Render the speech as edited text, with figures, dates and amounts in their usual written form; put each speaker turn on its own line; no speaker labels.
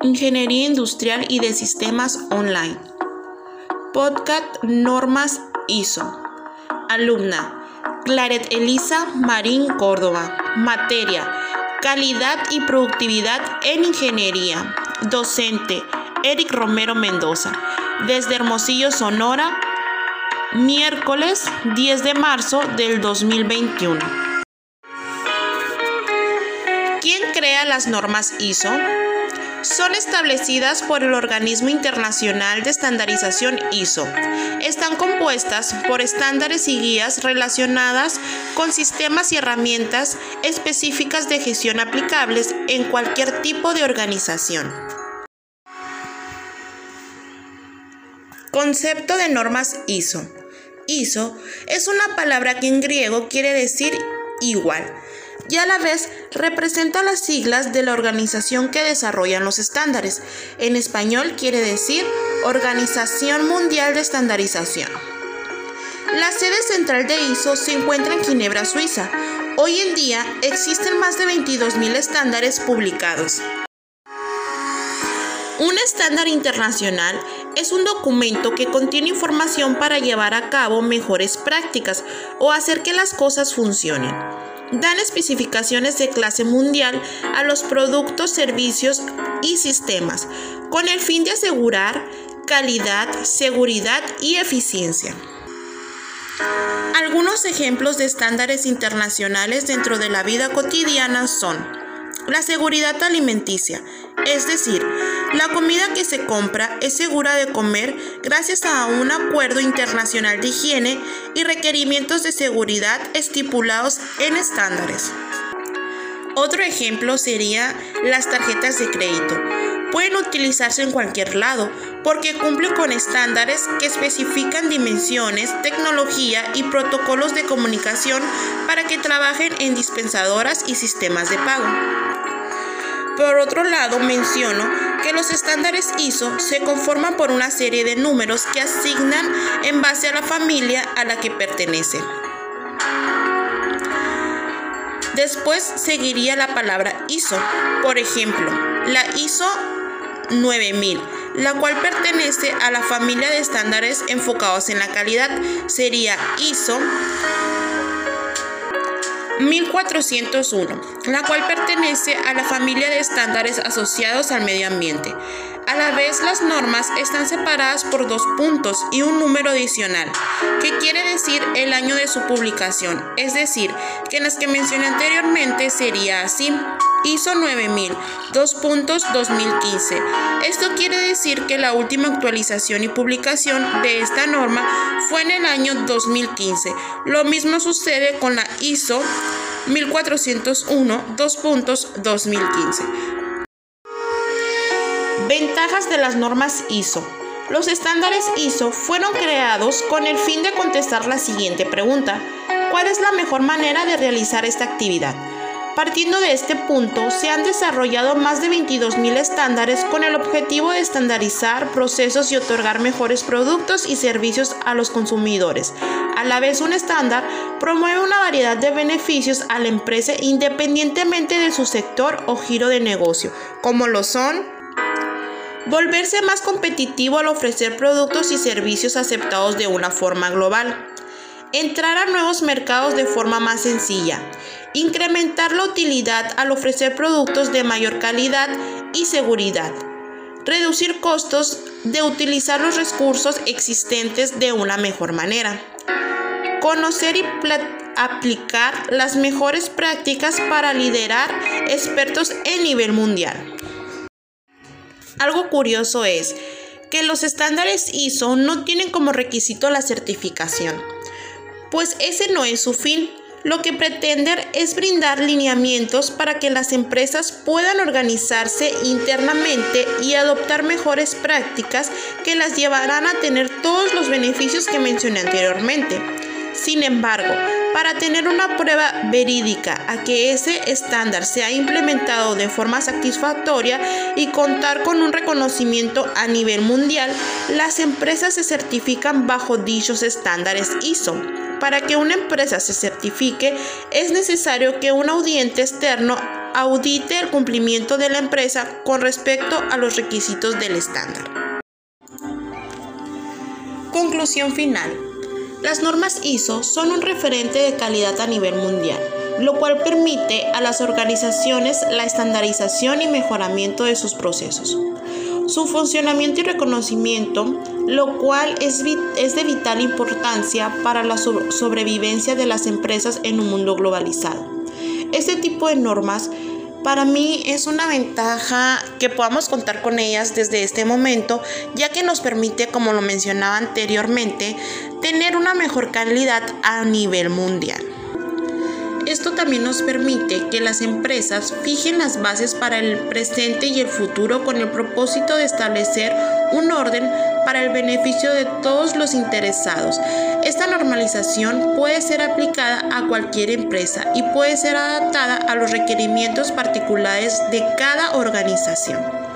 Ingeniería Industrial y de Sistemas Online. Podcast Normas ISO. Alumna: Claret Elisa Marín Córdoba. Materia: Calidad y Productividad en Ingeniería. Docente: Eric Romero Mendoza. Desde Hermosillo, Sonora. Miércoles 10 de marzo del 2021. ¿Quién crea las normas ISO? Son establecidas por el Organismo Internacional de Estandarización ISO. Están compuestas por estándares y guías relacionadas con sistemas y herramientas específicas de gestión aplicables en cualquier tipo de organización. Concepto de normas ISO. ISO es una palabra que en griego quiere decir igual y a la vez representa las siglas de la organización que desarrollan los estándares. En español quiere decir Organización Mundial de Estandarización. La sede central de ISO se encuentra en Ginebra, Suiza. Hoy en día existen más de 22.000 estándares publicados. Un estándar internacional es un documento que contiene información para llevar a cabo mejores prácticas o hacer que las cosas funcionen. Dan especificaciones de clase mundial a los productos, servicios y sistemas, con el fin de asegurar calidad, seguridad y eficiencia. Algunos ejemplos de estándares internacionales dentro de la vida cotidiana son la seguridad alimenticia, es decir, la comida que se compra es segura de comer gracias a un acuerdo internacional de higiene y requerimientos de seguridad estipulados en estándares. Otro ejemplo sería las tarjetas de crédito. Pueden utilizarse en cualquier lado porque cumplen con estándares que especifican dimensiones, tecnología y protocolos de comunicación para que trabajen en dispensadoras y sistemas de pago. Por otro lado, menciono que los estándares ISO se conforman por una serie de números que asignan en base a la familia a la que pertenece. Después seguiría la palabra ISO. Por ejemplo, la ISO 9000, la cual pertenece a la familia de estándares enfocados en la calidad, sería ISO 1401, la cual pertenece a la familia de estándares asociados al medio ambiente. A la vez, las normas están separadas por 2 puntos y un número adicional, que quiere decir el año de su publicación, es decir, que en las que mencioné anteriormente sería así: ISO 9000, 2 puntos 2015. Esto quiere decir que la última actualización y publicación de esta norma fue en el año 2015. Lo mismo sucede con la ISO 1401, 2 puntos 2015. Ventajas de las normas ISO. Los estándares ISO fueron creados con el fin de contestar la siguiente pregunta: ¿cuál es la mejor manera de realizar esta actividad? Partiendo de este punto, se han desarrollado más de 22.000 estándares con el objetivo de estandarizar procesos y otorgar mejores productos y servicios a los consumidores. A la vez, un estándar promueve una variedad de beneficios a la empresa independientemente de su sector o giro de negocio, como lo son: volverse más competitivo al ofrecer productos y servicios aceptados de una forma global, entrar a nuevos mercados de forma más sencilla, incrementar la utilidad al ofrecer productos de mayor calidad y seguridad, reducir costos de utilizar los recursos existentes de una mejor manera, conocer y aplicar las mejores prácticas para liderar expertos en nivel mundial. Algo curioso es que los estándares ISO no tienen como requisito la certificación, pues ese no es su fin. Lo que pretenden es brindar lineamientos para que las empresas puedan organizarse internamente y adoptar mejores prácticas que las llevarán a tener todos los beneficios que mencioné anteriormente. Sin embargo, para tener una prueba verídica a que ese estándar se ha implementado de forma satisfactoria y contar con un reconocimiento a nivel mundial, las empresas se certifican bajo dichos estándares ISO. Para que una empresa se certifique, es necesario que un auditante externo audite el cumplimiento de la empresa con respecto a los requisitos del estándar. Conclusión final. Las normas ISO son un referente de calidad a nivel mundial, lo cual permite a las organizaciones la estandarización y mejoramiento de sus procesos, su funcionamiento y reconocimiento, lo cual es de vital importancia para la sobrevivencia de las empresas en un mundo globalizado. Este tipo de normas para mí es una ventaja que podamos contar con ellas desde este momento, ya que nos permite, como lo mencionaba anteriormente, tener una mejor calidad a nivel mundial. Esto también nos permite que las empresas fijen las bases para el presente y el futuro con el propósito de establecer un orden para el beneficio de todos los interesados. Esta normalización puede ser aplicada a cualquier empresa y puede ser adaptada a los requerimientos particulares de cada organización.